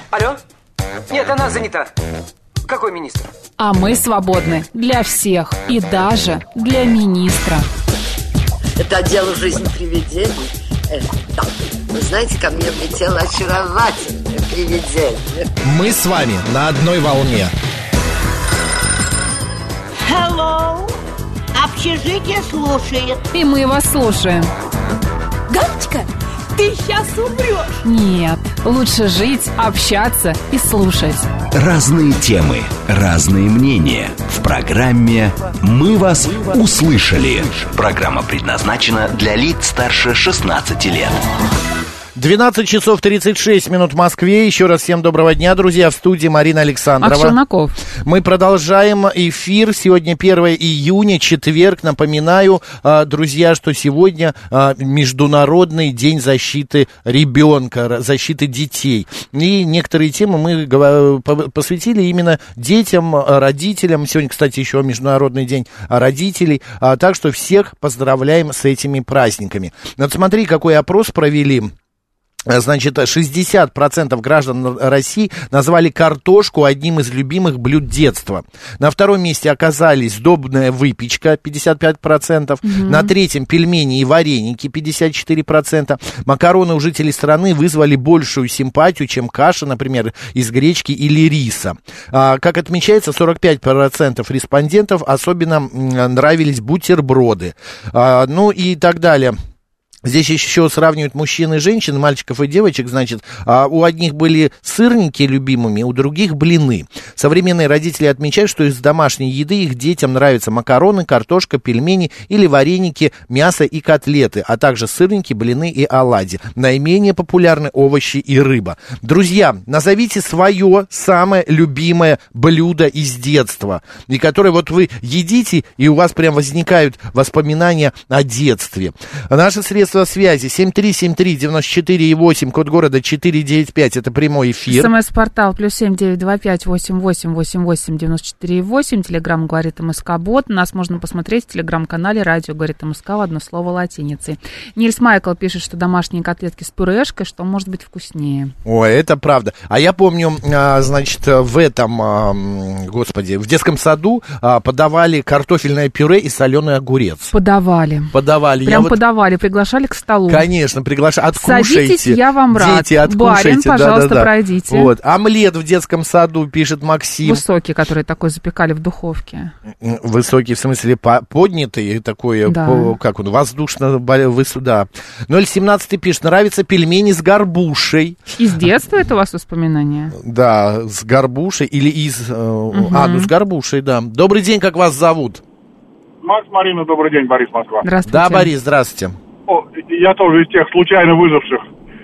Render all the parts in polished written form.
Алло? Нет, она занята. Какой министр? А мы свободны для всех и даже для министра. Это дело жизни привидений. Да. Вы знаете, ко мне влетело очаровательное привидение. Мы с вами на одной волне. Hello. Общежитие слушает. И мы вас слушаем. Галочка, ты сейчас умрешь. Нет, лучше жить, общаться и слушать. Разные темы, разные мнения. В программе «Мы вас услышали». Программа предназначена для лиц старше 16 лет. 12 часов 36 минут в Москве. Еще раз всем доброго дня, друзья. В студии Марина Александрова. Челноков. Мы продолжаем эфир. Сегодня 1 июня, четверг. Напоминаю, друзья, что сегодня Международный день защиты ребенка, защиты детей. И некоторые темы мы посвятили именно детям, родителям. Сегодня, кстати, еще Международный день родителей. Так что всех поздравляем с этими праздниками. Вот смотри, какой опрос провели. Значит, 60% граждан России назвали картошку одним из любимых блюд детства. На втором месте оказались сдобная выпечка, 55%. На третьем пельмени и вареники, 54%. Макароны у жителей страны вызвали большую симпатию, чем каша, например, из гречки или риса. Как отмечается, 45% респондентов особенно нравились бутерброды. Ну и так далее. Здесь еще сравнивают мужчин и женщин, мальчиков и девочек, значит, у одних были сырники любимыми, у других блины. Современные родители отмечают, что из домашней еды их детям нравятся макароны, картошка, пельмени или вареники, мясо и котлеты, а также сырники, блины и оладьи. Наименее популярны овощи и рыба. Друзья, назовите свое самое любимое блюдо из детства, и которое вот вы едите, и у вас прям возникают воспоминания о детстве. Наши средства связи 7373948, код города 495, это прямой эфир. СМС-портал +7 925 88 88 94 8. Телеграм говорит МСК-бот. Нас можно посмотреть в телеграм-канале Радио говорит МСК в одно слово латиницей. Нильс Майкл пишет, что домашние котлетки с пюрешкой, что может быть вкуснее. Ой, это правда. А я помню, значит, в детском саду подавали картофельное пюре и соленый огурец. Подавали. Прям подавали, приглашали к столу. Конечно, приглашаю. Откушайте. Садитесь, я вам рад. Дети, откушайте. Барин, пожалуйста, пройдите. Вот. Омлет в детском саду, пишет Максим. Высокий, который такой запекали в духовке. Высокий, в смысле, поднятый, такой, да. Как он, воздушно, да. 017 пишет, нравятся пельмени с горбушей. Из детства это у вас воспоминания? Да, с горбушей или из... с горбушей, да. Добрый день, как вас зовут? Макс, Марина, добрый день, Борис, Москва. Здравствуйте. Да, Борис, здравствуйте. Я тоже из тех случайно выживших.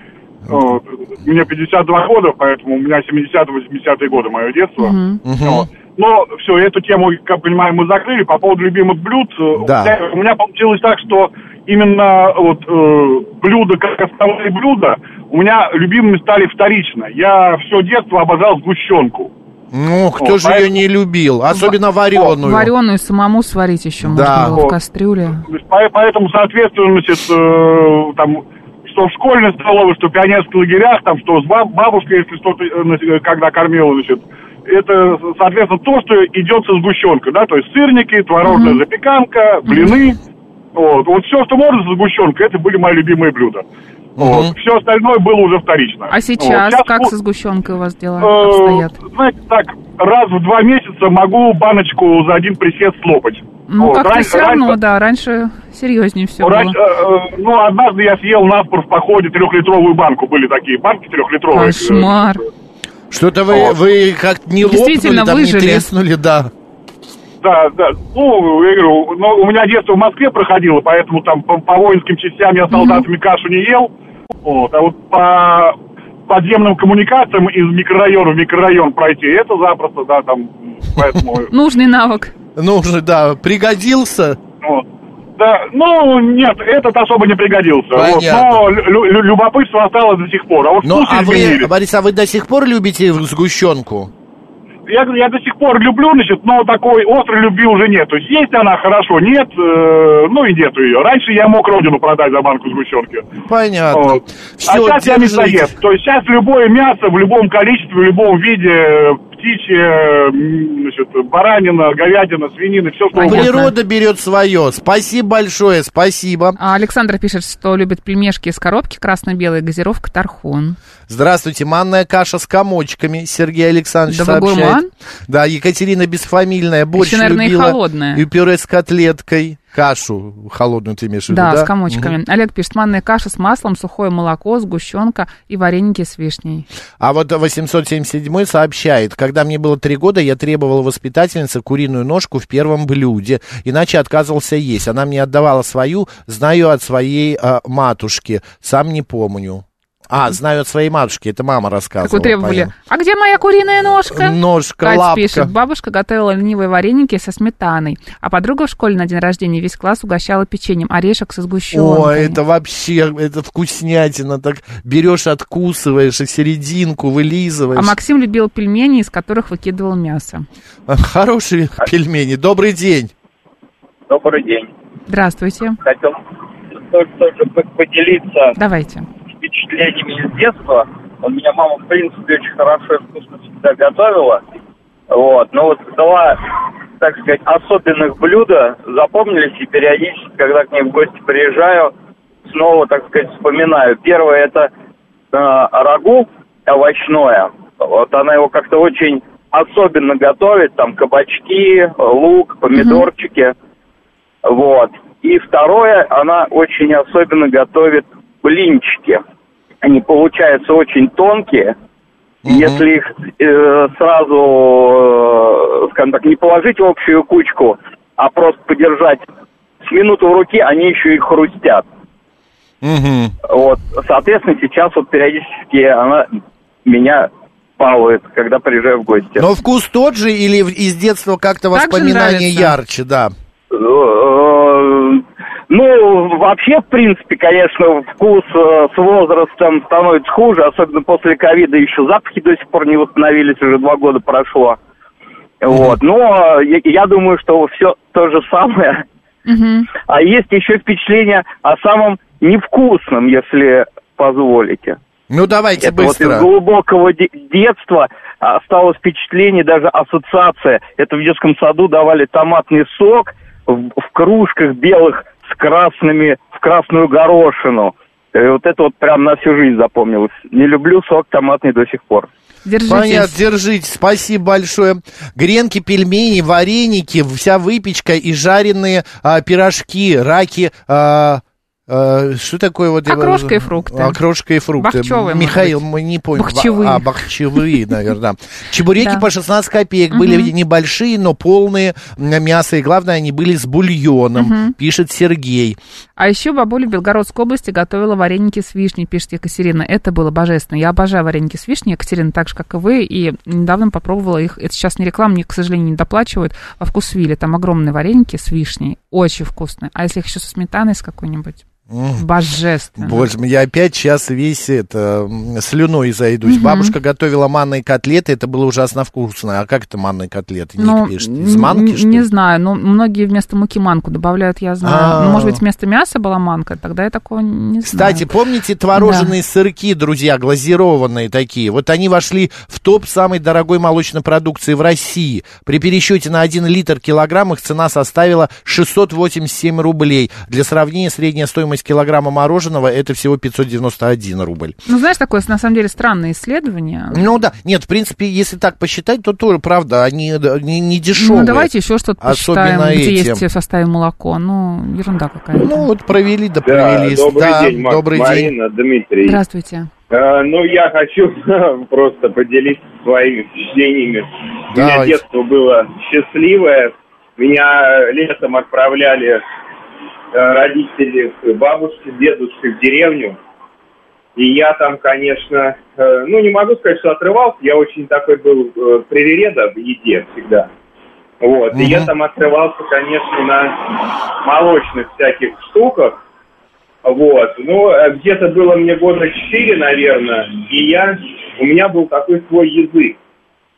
Мне 52 года, поэтому у меня 70-80-е годы мое детство. Но все, эту тему, как понимаю, мы закрыли. По поводу любимых блюд, да. У меня получилось так, что именно блюда, как основные блюда, у меня любимыми стали вторично. Я все детство обожал сгущенку. Ну, кто же ее не любил? Особенно вареную. Вареную самому сварить еще можно было в кастрюле. Поэтому, соответственно, значит, там, что в школьной столовой, что в пионерских лагерях, там, что с бабушкой, если что-то, когда кормила, значит, это, соответственно, то, что идет со сгущенкой, да, то есть сырники, творожная запеканка, блины. Вот все, что можно со сгущенкой, это были мои любимые блюда. Все остальное было уже вторично. А сейчас как со сгущенкой у вас дела обстоят? Знаете, так, раз в 2 месяца могу баночку за один присест слопать. Ну, как-то все равно, да, раньше серьезнее все было. Однажды я съел наспор в походе 3-литровую банку. Были такие банки 3-литровые. Кошмар. Что-то вы как-то не лопнули, там не треснули, да. Да. Ну, я говорю, у меня детство в Москве проходило, поэтому там по воинским частям я солдатами кашу не ел. А вот по подземным коммуникациям из микрорайона в микрорайон пройти, это запросто, да, там, поэтому... Нужный навык. Нужный, да, пригодился? Да, нет, этот особо не пригодился. Но любопытство осталось до сих пор. А вы, Борис, вы до сих пор любите сгущенку? я до сих пор люблю, значит, но такой острой любви уже нет. То есть есть она, хорошо, нет, ну и нету ее. Раньше я мог родину продать за банку сгущенки. Понятно. Вот. Всё, а сейчас я мясоед. То есть сейчас любое мясо в любом количестве, в любом виде, птичье, значит, баранина, говядина, свинина, все что угодно. Природа берет свое. Спасибо большое, спасибо. Александр пишет, что любит пельмешки из коробки, красно-белая газировка Тархун. Здравствуйте, манная каша с комочками, Сергей Александрович Да вы сообщает. гурман? Да, Екатерина Бесфамильная, борщ Еще, наверное, любила. и холодная. И пюре с котлеткой. Кашу холодную ты имеешь в виду, Да, да? с комочками. Олег пишет, манная каша с маслом, сухое молоко, сгущенка и вареники с вишней. А вот 877 сообщает, когда мне было 3 года, я требовал у воспитательницы куриную ножку в первом блюде, иначе отказывался есть. Она мне отдавала свою, знаю от своей матушки, сам не помню. Знаю от своей матушки, это мама рассказывала. Как вы требовали, понятно. а где моя куриная ножка? Ножка, Катя лапка. пишет, бабушка готовила ленивые вареники со сметаной, а подруга в школе на день рождения весь класс угощала печеньем, орешек со сгущенкой. Ой, это вообще, это вкуснятина, так берешь, откусываешь, и серединку вылизываешь. А Максим любил пельмени, из которых выкидывал мясо. Хорошие пельмени. Добрый день. Добрый день. Здравствуйте. Хотел тоже поделиться Давайте. впечатлениями из детства. У меня мама, в принципе, очень хорошо и вкусно всегда готовила. Вот. Но вот два, так сказать, особенных блюда запомнились, и периодически, когда к ней в гости приезжаю, снова, так сказать, вспоминаю. Первое – это рагу овощное. Вот она его как-то очень особенно готовит. Там кабачки, лук, помидорчики. Вот. И второе, она очень особенно готовит блинчики. Они получаются очень тонкие. Если их сразу, скажем так, не положить в общую кучку, а просто подержать с минуту в руке, они еще и хрустят. Вот, соответственно, сейчас вот периодически она меня балует, когда приезжаю в гости. Но вкус тот же или из детства как-то Так же воспоминания нравится? ярче, да? Ну, вообще, в принципе, конечно, вкус с возрастом становится хуже, особенно после ковида еще запахи до сих пор не восстановились, уже 2 года прошло. Вот, но я думаю, что все то же самое. А есть еще впечатление о самом невкусном, если позволите. Ну, давайте Это быстро. вот из глубокого детства осталось впечатление, даже ассоциация. Это в детском саду давали томатный сок в кружках белых с красными, в красную горошину. И вот это вот прям на всю жизнь запомнилось. Не люблю сок томатный до сих пор. Держитесь. Понятно, держитесь, спасибо большое. Гренки, пельмени, вареники, вся выпечка и жареные пирожки, раки. Что такое вот... Окрошка и фрукты. Окрошка и фрукты. Бахчевые, Михаил, мы не поняли. Бахчевые. Бахчевые, наверное. Чебуреки Да. по 16 копеек. Были небольшие, но полные мяса. И главное, они были с бульоном, пишет Сергей. А еще бабуля в Белгородской области готовила вареники с вишней, пишет Екатерина. Это было божественно. Я обожаю вареники с вишней, Екатерина, так же, как и вы. И недавно попробовала их. Это сейчас не реклама, мне, к сожалению, не доплачивают. Во Вкусвилле там огромные вареники с вишней. Очень вкусные. А если их еще со сметаной с какой-нибудь? Божественно. Боже мой, я опять сейчас весь слюной зайдусь. Бабушка готовила манные котлеты, это было ужасно вкусно. А как это манные котлеты? Ник пишет. Из манки, что ли? Не знаю, но многие вместо муки манку добавляют, я знаю. Ну, может быть, вместо мяса была манка, тогда я такого не знаю. Кстати, помните творожные сырки, друзья, глазированные такие? Вот они вошли в топ самой дорогой молочной продукции в России. При пересчете на 1 литр килограмм их цена составила 687 рублей. Для сравнения, средняя стоимость килограмма мороженого это всего 591 рубль. Ну, знаешь, такое, на самом деле, странное исследование. Ну да, нет, в принципе, если так посчитать, то тоже, правда, они не дешевые. Ну, давайте еще что-то посчитаем, Особенно где эти. есть в составе молоко. Ну, ерунда какая-то. Ну, вот провели, да провели. Добрый день, Макс, добрый день. Марина, Дмитрий. Здравствуйте. Ну, я хочу просто поделиться своими впечатлениями. У меня Давайте. детство было счастливое. Меня летом отправляли родители к бабушке, дедушке в деревню. И я там, конечно, не могу сказать, что отрывался. Я очень такой был привереда в еде всегда. Вот. И я там отрывался, конечно, на молочных всяких штуках. Вот. Ну, где-то было мне года 4, наверное, и у меня был такой свой язык.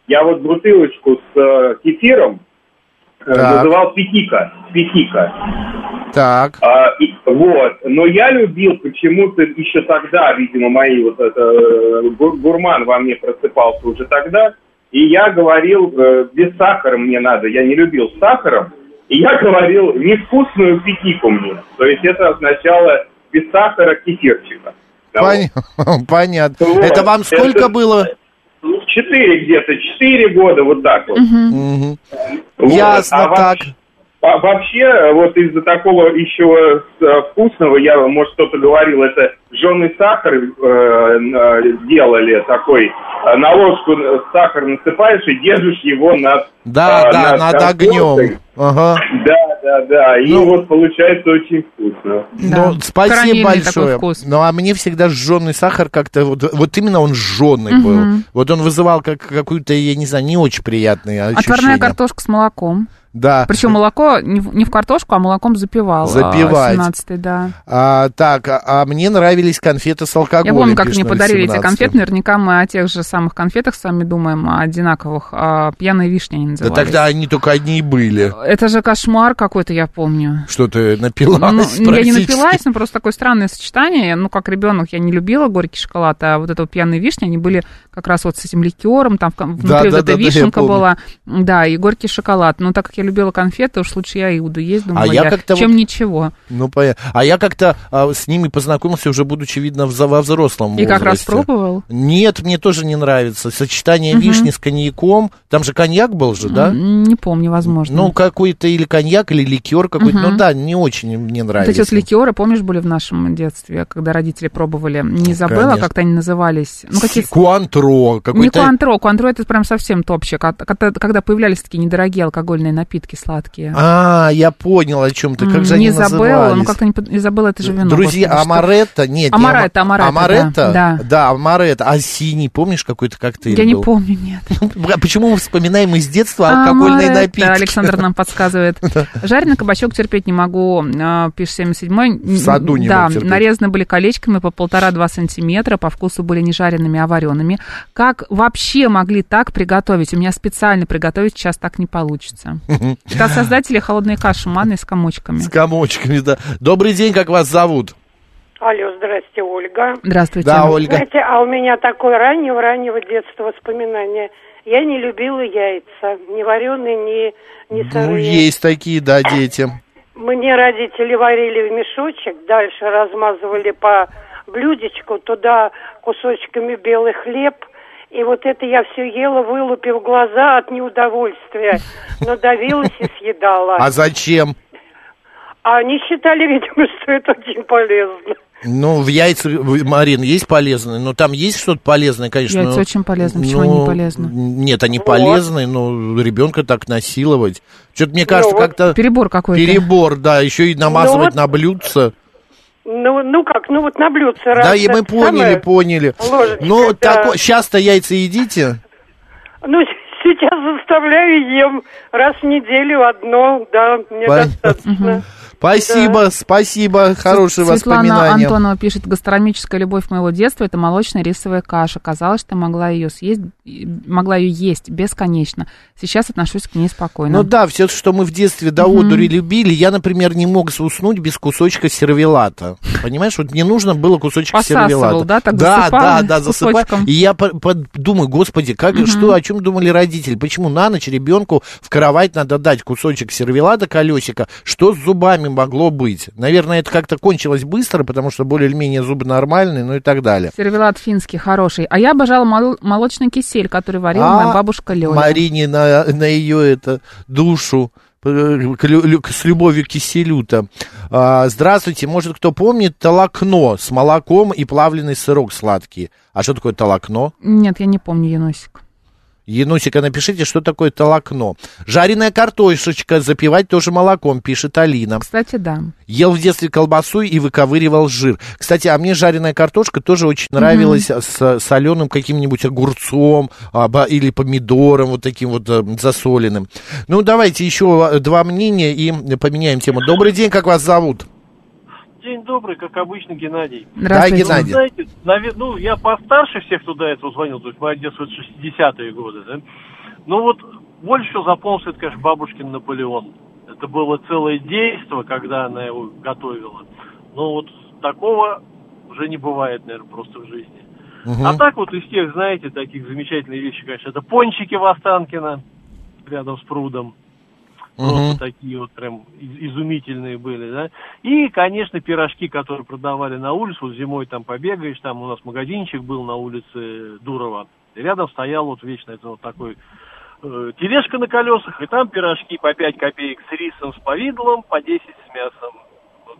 Я вот бутылочку с кефиром называл пятика. Так. Вот. Но я любил почему-то еще тогда, видимо, мои вот это гурман во мне просыпался уже тогда, и я говорил, без сахара мне надо, я не любил с сахаром, и я говорил невкусную пятику мне. То есть это означало без сахара кефирчика. Понятно. Вот. Это вам сколько было? 4 года, вот так вот. Вот. Ясно, так. Вообще, вот из-за такого еще вкусного, я, может, кто-то говорил, это жженый сахар делали такой, на ложку сахар насыпаешь и держишь его над над огнем. Ага. Да, и вот получается очень вкусно. Ну, спасибо большое. Ну, а мне всегда жженый сахар как-то, вот именно он жженый был. Вот он вызывал какую-то, я не знаю, не очень приятные ощущения. Отварная картошка с молоком. Да. Причем молоко не в картошку, а молоком запивать. 17-й, да. А мне нравились конфеты с алкоголем. Я помню, как мне подарили эти конфеты. Наверняка мы о тех же самых конфетах с вами думаем, одинаковых. «Пьяная вишня» они назывались. Да тогда они только одни и были. Это же кошмар какой-то, я помню. Что ты напилась? Я не напилась, но просто такое странное сочетание. Ну, как ребенок я не любила горький шоколад, а вот это «Пьяная вишня», они были как раз вот с этим ликером, там внутри вот эта вишенка была. Да, и горький шоколад. Но так как я любила конфеты, уж лучше я и буду есть, думаю, чем ничего. Ну, понятно. А я как-то с ними познакомился, уже будучи, видно, во взрослом возрасте. И как раз пробовал? Нет, мне тоже не нравится. Сочетание вишни с коньяком. Там же коньяк был же, да? Не помню, возможно. Ну, какой-то или коньяк, или ликер какой-то. Ну, да, не очень мне нравится. Вот эти вот ликеры, помнишь, были в нашем детстве, когда родители пробовали? Не забыла, как-то они назывались. Ну, Куантро. Не Куантро. Куантро это прям совсем топчик. Когда появлялись такие недорогие алкогольные напитки сладкие. Я понял, о чем ты. Как же они назывались? Изабелла, ну как-то Изабелла, это же вино. Друзья, амаретто? Нет. Амаретто, да. Да, амаретто. А синий, помнишь, какой-то коктейль был? Я не помню, нет. Почему мы вспоминаем из детства алкогольные напитки? Александр нам подсказывает. Жареный кабачок терпеть не могу, пишет 77-й. В саду не Да, мог терпеть. нарезаны были колечками по 1,5-2 сантиметра, по вкусу были не жареными, а вареными. Как вообще могли так приготовить? У меня специально приготовить сейчас так не получится. Это от создателей холодной каши манной с комочками. С комочками, да. Добрый день, как вас зовут? Алло, здрасте, Ольга. Здравствуйте. Да, Ольга. Знаете, а у меня такое раннего детства воспоминание. Я не любила яйца, ни вареные, ни сырые. Ну, есть такие, да, дети. Мне родители варили в мешочек, дальше размазывали по блюдечку, туда кусочками белый хлеб. И вот это я все ела, вылупив глаза от неудовольствия. Но давилась и съедала. А зачем? А они считали, видимо, что это очень полезно. Ну, в яйцах, Марин, есть полезные, но там есть что-то полезное, конечно. Яйца очень полезны, почему они не полезны? Нет, они полезны, но ребенка так насиловать. Что-то, мне кажется, вот как-то... Перебор какой-то. Перебор, да, еще и намазывать на блюдце. Ну как, ну вот на блюдце раз. Да, и мы поняли. Ложечка, ну, да. Сейчас-то яйца едите? Ну, сейчас заставляю ем раз в неделю одно, да, мне достаточно. Спасибо, да. Спасибо, хорошие воспоминания. Светлана Антонова пишет: гастрономическая любовь моего детства — это молочная рисовая каша. Казалось, что могла ее есть бесконечно. Сейчас отношусь к ней спокойно. Ну да, все, что мы в детстве до одури любили. Я, например, не мог уснуть без кусочка сервелата. Понимаешь, вот мне нужно было кусочек сервелата. Да, так да, засыпал. И я думаю, господи, о чем думали родители? Почему на ночь ребенку в кровать надо дать кусочек сервелата, колесика? Что с зубами могло быть? Наверное, это как-то кончилось быстро, потому что более-менее зубы нормальные, ну и так далее. Сервелат финский хороший. А я обожала молочный кисель, который варила моя бабушка Лёля. Марине на ее душу с любовью к киселю-то. Здравствуйте, может, кто помнит толокно с молоком и плавленый сырок сладкий? А что такое толокно? Нет, я не помню, Янусик. Янусика, напишите, что такое толокно. Жареная картошечка, запивать тоже молоком, пишет Алина. Кстати, да. Ел в детстве колбасу и выковыривал жир. Кстати, а мне жареная картошка тоже очень нравилась с соленым каким-нибудь огурцом или помидором, вот таким вот засоленным. Ну, давайте еще два мнения и поменяем тему. Добрый день, как вас зовут? День добрый, как обычно, Геннадий. Здравствуйте. Да, Геннадий. Знаете, я постарше всех туда этого звонил, то есть мое детство — это 60-е годы, да? Ну вот, больше всего запомнился, это, конечно, бабушкин Наполеон. Это было целое действо, когда она его готовила. Но вот такого уже не бывает, наверное, просто в жизни. А так вот из тех, знаете, таких замечательных вещей, конечно, это пончики в Останкино, рядом с прудом. Просто такие вот прям изумительные были, да. И, конечно, пирожки, которые продавали на улице. Вот зимой там побегаешь, там у нас магазинчик был на улице Дурова. И рядом стоял вот вечно это вот такой тележка на колесах, и там пирожки по 5 копеек с рисом, с повидлом, по 10 с мясом. Вот.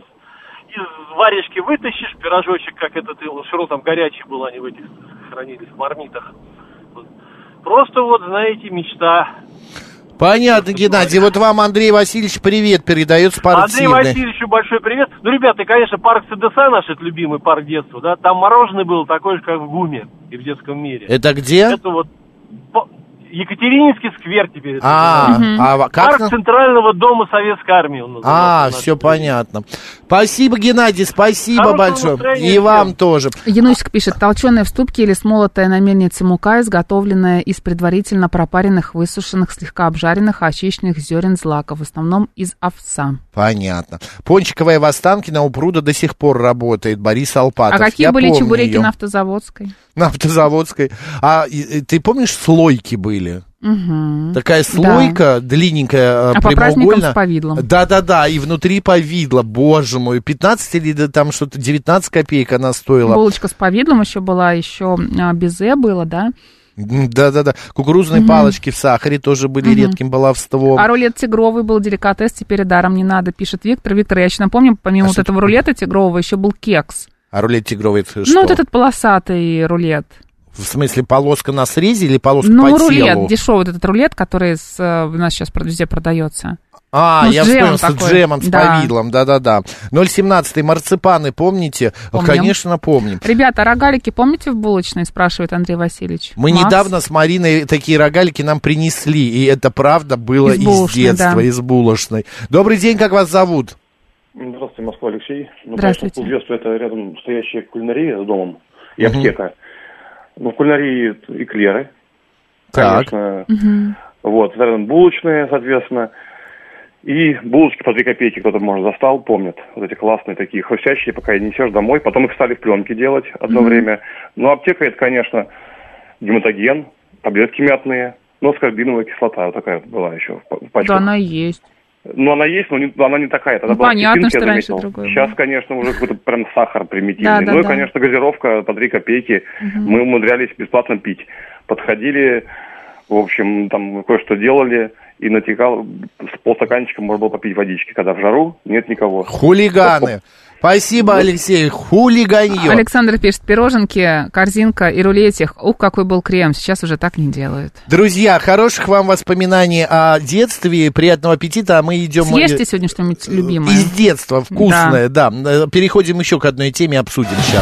Из варежки вытащишь пирожочек, как это ты, все равно там горячий был, они в этих хранились, в мармитах. Вот. Просто вот, знаете, мечта. Понятно, Геннадий. Вот вам Андрей Васильевич привет передает спортивный. Андрей Васильевичу большой привет. Ну, ребята, конечно, парк ЦДС наш, это любимый парк детства, да, там мороженое было такое же, как в ГУМе и в детском мире. Это где? Это вот Екатерининский сквер теперь. Как парк Центрального дома Советской Армии он называется. Все понятно. Спасибо, Геннадий, спасибо Хорошего большое. И вам тоже. Янусик пишет, толченая в ступке или смолотая на мельнице мука, изготовленная из предварительно пропаренных, высушенных, слегка обжаренных, очищенных зерен злаков, в основном из овса. Понятно. Пончиковая в Останкино у пруда до сих пор работает. Борис Алпатов. А какие были чебуреки на Автозаводской? На Автозаводской. А ты помнишь, слойки были? Такая слойка, длинненькая, прямоугольная. А по праздникам с повидлом. Да, и внутри повидло, боже мой, 15 или там что-то 19 копеек она стоила. Булочка с повидлом еще была, еще безе было, да? Да, кукурузные палочки в сахаре тоже были редким баловством. А рулет тигровый был деликатес, теперь и даром не надо, пишет Виктор. Виктор, я еще напомню, помимо вот этого рулета тигрового еще был кекс. А рулет тигровый это что? Ну, вот этот полосатый рулет. В смысле, полоска на срезе или полоска по телу? Рулет, дешевый вот этот рулет, который у нас сейчас везде продается. Я вспомнил, с джемом, с повидлом, да. 017-й, марципаны, помните? Помним. Конечно, помним. Ребята, рогалики помните в булочной, спрашивает Андрей Васильевич? Мы недавно с Мариной такие рогалики нам принесли, и это правда было из детства, из булочной. Добрый день, как вас зовут? Здравствуйте, Москва, Алексей. Здравствуйте. По детству это рядом стоящая кулинария с домом и аптека. В кулинарии эклеры, конечно. Вот, рядом булочные, соответственно. И булочки по 2 копейки кто-то, может, застал, помнит. Вот эти классные такие, хрустящие, пока и несешь домой. Потом их стали в пленке делать одно время. Но аптека это, конечно, гематоген, таблетки мятные, но аскорбиновая кислота. Вот такая была еще в пачках. Да, она есть. Ну, она есть, но она не такая. Тогда была понятно, что раньше другое. Сейчас, конечно, уже какой-то прям сахар примитивный. И, конечно, газировка по 3 копейки. Мы умудрялись бесплатно пить. Подходили, в общем, там кое-что делали, и натекал, с полстаканчика можно было попить водички. Когда в жару нет никого. Хулиганы. Спасибо, Алексей, хулиганье. Александр пишет, пироженки, корзинка и рулетик. Ух, какой был крем, сейчас уже так не делают. Друзья, хороших вам воспоминаний о детстве, приятного аппетита, а мы идем... Съешьте сегодня что-нибудь любимое. Из детства, вкусное, да. Переходим еще к одной теме, обсудим сейчас.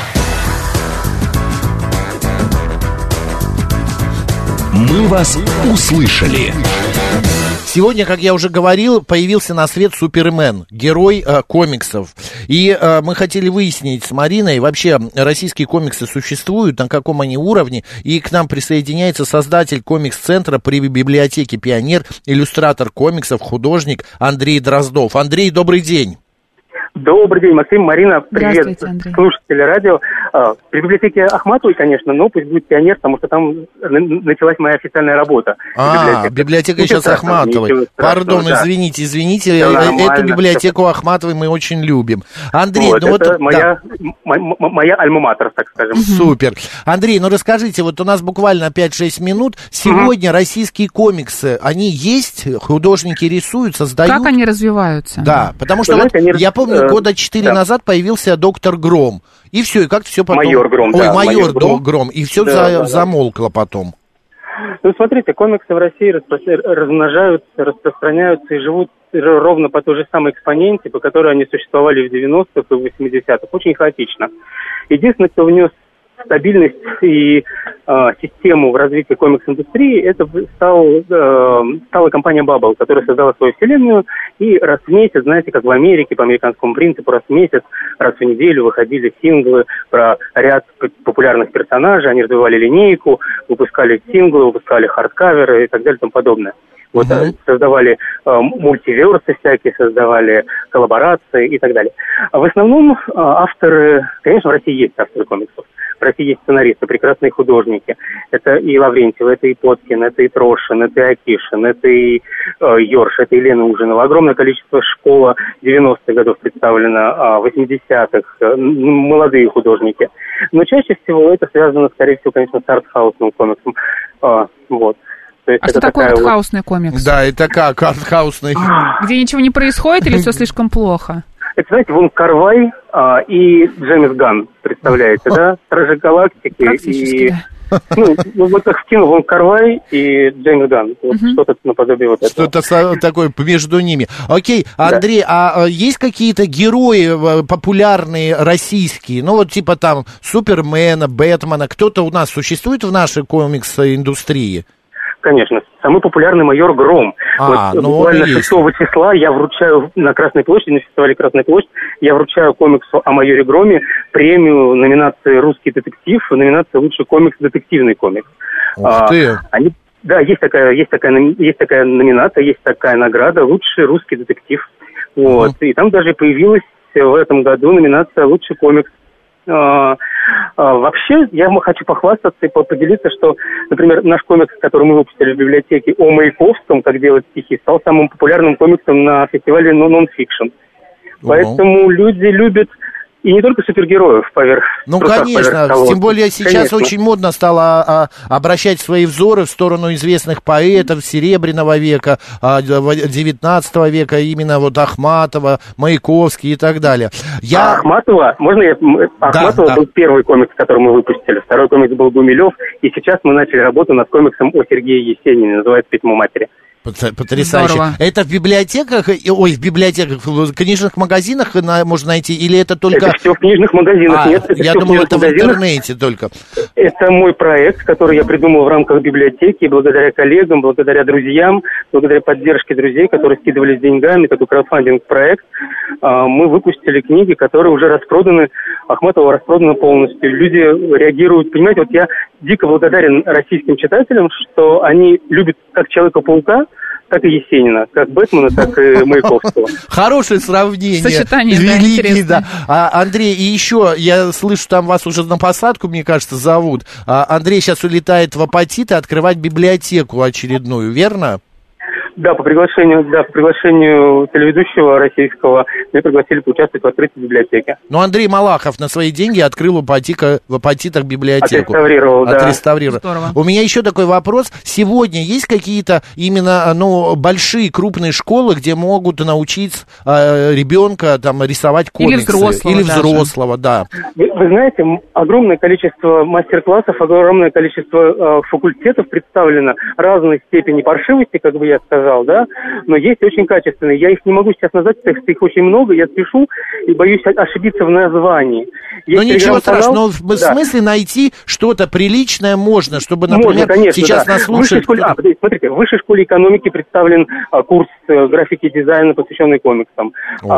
Мы вас услышали. Сегодня, как я уже говорил, появился на свет Супермен, герой комиксов. И мы хотели выяснить с Мариной, вообще российские комиксы существуют, на каком они уровне. И к нам присоединяется создатель комикс-центра при библиотеке «Пионер», иллюстратор комиксов, художник Андрей Дроздов. Андрей, добрый день. Добрый день, Максим, Марина, привет, слушатели радио. При библиотеке Ахматовой, конечно, но пусть будет «Пионер», потому что там началась моя официальная работа. Библиотека сейчас Ахматовой. Пардон, да. извините, эту библиотеку Ахматовой мы очень любим. Андрей, это моя альма-матер, так скажем. Супер. Андрей, расскажите, вот у нас буквально 5-6 минут. Сегодня российские комиксы, они есть? Художники рисуют, создают? Как они развиваются? Да, потому что я помню, года 4 назад появился доктор Гром. И все, и как-то все потом... Майор Гром, майор Гром. И все замолкло потом. Ну, смотрите, комиксы в России размножаются, распространяются и живут ровно по той же самой экспоненте, по которой они существовали в 90-х и в 80-х. Очень хаотично. Единственное, кто внес стабильность и систему в развитии комикс-индустрии, это стала компания Bubble, которая создала свою вселенную, и раз в месяц, знаете, как в Америке, по американскому принципу, раз в месяц, раз в неделю выходили синглы про ряд популярных персонажей, они развивали линейку, выпускали синглы, выпускали хардкаверы и так далее и тому подобное. Вот, создавали мультиверсы всякие, создавали коллаборации и так далее. А в основном авторы, конечно, в России есть авторы комиксов. В России есть сценаристы, прекрасные художники. Это и Лаврентьев, это и Поткин, это и Трошин, это и Акишин, это и Йорш, это и Лена Ужинова. Огромное количество школа 90-х годов представлено, 80-х, молодые художники. Но чаще всего это связано, скорее всего, конечно, с артхаусным комиксом. Вот. А что такое артхаусный комикс? Да, это как артхаусный? Где ничего не происходит или все слишком плохо? Это, знаете, Вон Кар-вай и Джеймс Ганн, представляете, да? Стражи Галактики и... Ну, вот как в кино Вон Кар-вай и Джеймс Ганн. Вот что-то наподобие вот этого. Что-то такое между ними. Окей, Андрей, а есть какие-то герои популярные российские? Ну, вот типа там Супермена, Бэтмена. Кто-то у нас существует в нашей комикс-индустрии? Конечно. Самый популярный майор Гром. Буквально 6 числа я вручаю на Красной площади, на фестивале Красная площадь, я вручаю комиксу о майоре Громе премию номинации «Русский детектив», номинация «Лучший комикс», детективный комикс. Ух ты! Да, есть такая номинация, есть такая награда «Лучший русский детектив». Вот. И там даже появилась в этом году номинация «Лучший комикс». Вообще, я хочу похвастаться и поделиться, что, например, наш комикс, который мы выпустили в библиотеке о Маяковском, как делать стихи, стал самым популярным комиксом на фестивале Non-Fiction. Поэтому люди любят и не только супергероев поверх... Ну, конечно, тем более сейчас очень модно стало обращать свои взоры в сторону известных поэтов Серебряного века, 19 века, именно вот Ахматова, Маяковский и так далее. Ахматова, Ахматова был первый комикс, который мы выпустили, второй комикс был Гумилев, и сейчас мы начали работу над комиксом о Сергее Есенине, называется «Письмо матери». Потрясающе. Здорово. Это в библиотеках, в книжных магазинах можно найти, или это только... Это все в книжных магазинах, нет. Я думал, это в интернете только. Это мой проект, который я придумал в рамках библиотеки, благодаря коллегам, благодаря друзьям, благодаря поддержке друзей, которые скидывались деньгами, такой краудфандинг-проект. Мы выпустили книги, которые уже распроданы, Ахматова распродана полностью. Люди реагируют, понимаете, вот я дико благодарен российским читателям, что они любят как Человека-паука, так и Есенина, как Бэтмена, так и Маяковского. Хорошее сравнение. Сочетание, великий, да. Андрей, и еще, я слышу, там вас уже на посадку, мне кажется, зовут. Андрей сейчас улетает в Апатиты открывать библиотеку очередную, верно? Да, по приглашению телеведущего российского меня пригласили поучаствовать в открытии библиотеки. Ну, Андрей Малахов на свои деньги открыл в Апатитах библиотеку. Отреставрировал, да. У меня еще такой вопрос. Сегодня есть какие-то именно, большие, крупные школы, где могут научить ребенка там рисовать комиксы? Или взрослого, да. Вы знаете, огромное количество мастер-классов, огромное количество факультетов представлено разной степени паршивости, как бы я сказал, да, но есть очень качественные. Я их не могу сейчас назвать, потому что их очень много, я спешу и боюсь ошибиться в названии. Но ничего страшного, в смысле найти что-то приличное можно, чтобы, например, конечно, сейчас нас слушает... Смотрите, в Высшей школе экономики представлен курс графики и дизайна, посвященный комиксам.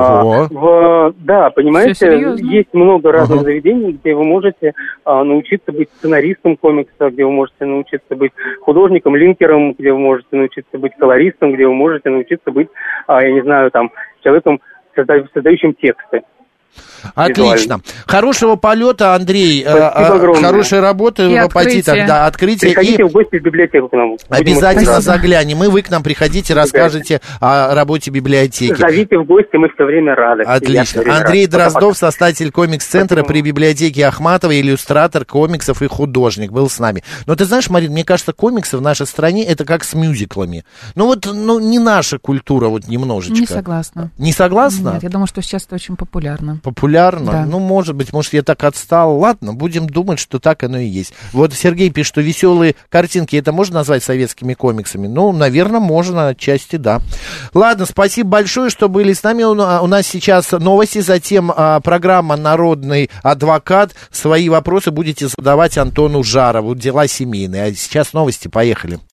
Да, понимаете, есть много разных заведений, где вы можете научиться быть сценаристом комикса, где вы можете научиться быть художником, линкером, где вы можете научиться быть колористом, где вы можете научиться быть, я не знаю, там, человеком, создающим тексты. Отлично. Хорошего полета, Андрей. Хорошей работы в Апатитах. Да, открытие. Приходите в гости в библиотеку к нам. Обязательно заглянем. И вы к нам приходите, расскажете о работе библиотеки. Зовите в гости, мы все время рады. Отлично. Андрей Дроздов, создатель комикс-центра при библиотеке Ахматова, иллюстратор комиксов и художник, был с нами. Но ты знаешь, Марин, мне кажется, комиксы в нашей стране это как с мюзиклами. Не наша культура, вот немножечко. Не согласна. Не согласна? Нет, я думаю, что сейчас это очень популярно. Популярно? Да. Ну, может быть, я так отстал. Ладно, будем думать, что так оно и есть. Вот Сергей пишет, что веселые картинки, это можно назвать советскими комиксами? Ну, наверное, можно, отчасти, да. Ладно, спасибо большое, что были с нами. У нас сейчас новости, затем программа «Народный адвокат». Свои вопросы будете задавать Антону Жарову. Дела семейные. А сейчас новости, поехали.